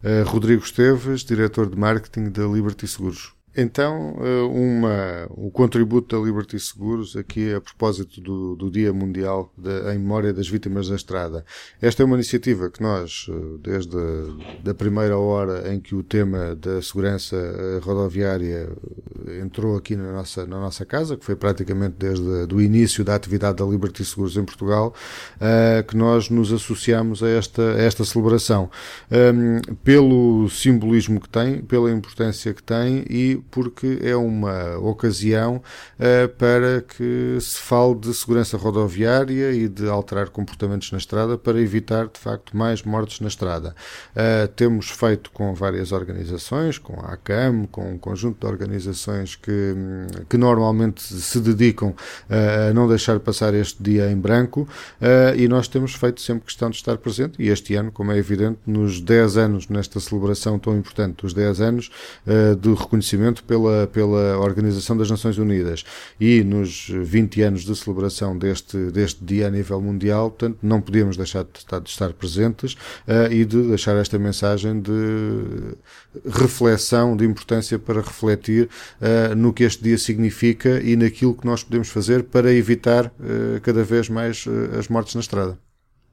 Rodrigo Esteves, diretor de marketing da Liberty Seguros. Então, o contributo da Liberty Seguros aqui a propósito do Dia Mundial em memória das vítimas da estrada. Esta é uma iniciativa que nós, desde a primeira hora em que o tema da segurança rodoviária entrou aqui na nossa casa, que foi praticamente desde o início da atividade da Liberty Seguros em Portugal, que nós nos associamos a esta celebração. Pelo simbolismo que tem, pela importância que tem e porque é uma ocasião para que se fale de segurança rodoviária e de alterar comportamentos na estrada para evitar, de facto, mais mortes na estrada. Temos feito com várias organizações, com a ACAM, com um conjunto de organizações que normalmente se dedicam a não deixar passar este dia em branco, e nós temos feito sempre questão de estar presente, e este ano, como é evidente, nos 10 anos, nesta celebração tão importante, os 10 anos de reconhecimento pela Organização das Nações Unidas e nos 20 anos de celebração deste dia a nível mundial, portanto, não podíamos deixar de estar presentes e de deixar esta mensagem de reflexão, de importância para refletir no que este dia significa e naquilo que nós podemos fazer para evitar cada vez mais as mortes na estrada.